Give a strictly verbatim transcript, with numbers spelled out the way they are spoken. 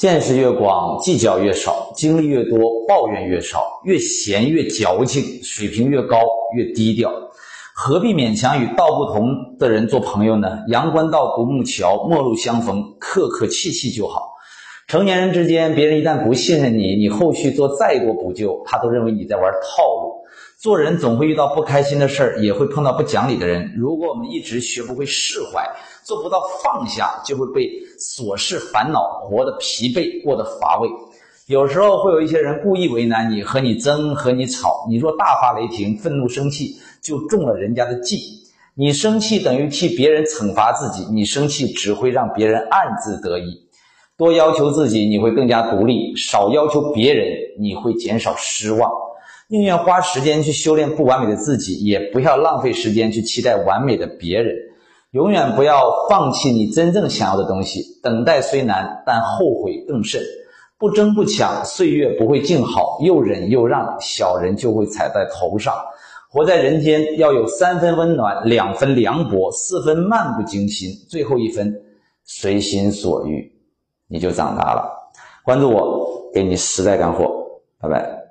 见识越广，计较越少，经历越多，抱怨越少，越闲越矫情，水平越高越低调。何必勉强与道不同的人做朋友呢？阳关道独木桥，陌路相逢，客客气气就好。成年人之间，别人一旦不信任你，你后续做再多补救，他都认为你在玩套路。做人总会遇到不开心的事儿，也会碰到不讲理的人。如果我们一直学不会释怀，做不到放下，就会被琐事烦恼，活得疲惫，过得乏味。有时候会有一些人故意为难你，和你争，和你吵。你若大发雷霆，愤怒生气，就中了人家的计。你生气等于替别人惩罚自己，你生气只会让别人暗自得意。多要求自己，你会更加独立；少要求别人，你会减少失望。宁愿花时间去修炼不完美的自己，也不要浪费时间去期待完美的别人。永远不要放弃你真正想要的东西。等待虽难，但后悔更甚。不争不抢，岁月不会静好；又忍又让，小人就会踩在头上。活在人间，要有三分温暖，两分凉薄，四分漫不经心，最后一分随心所欲，你就长大了。关注我，给你实在干货，拜拜。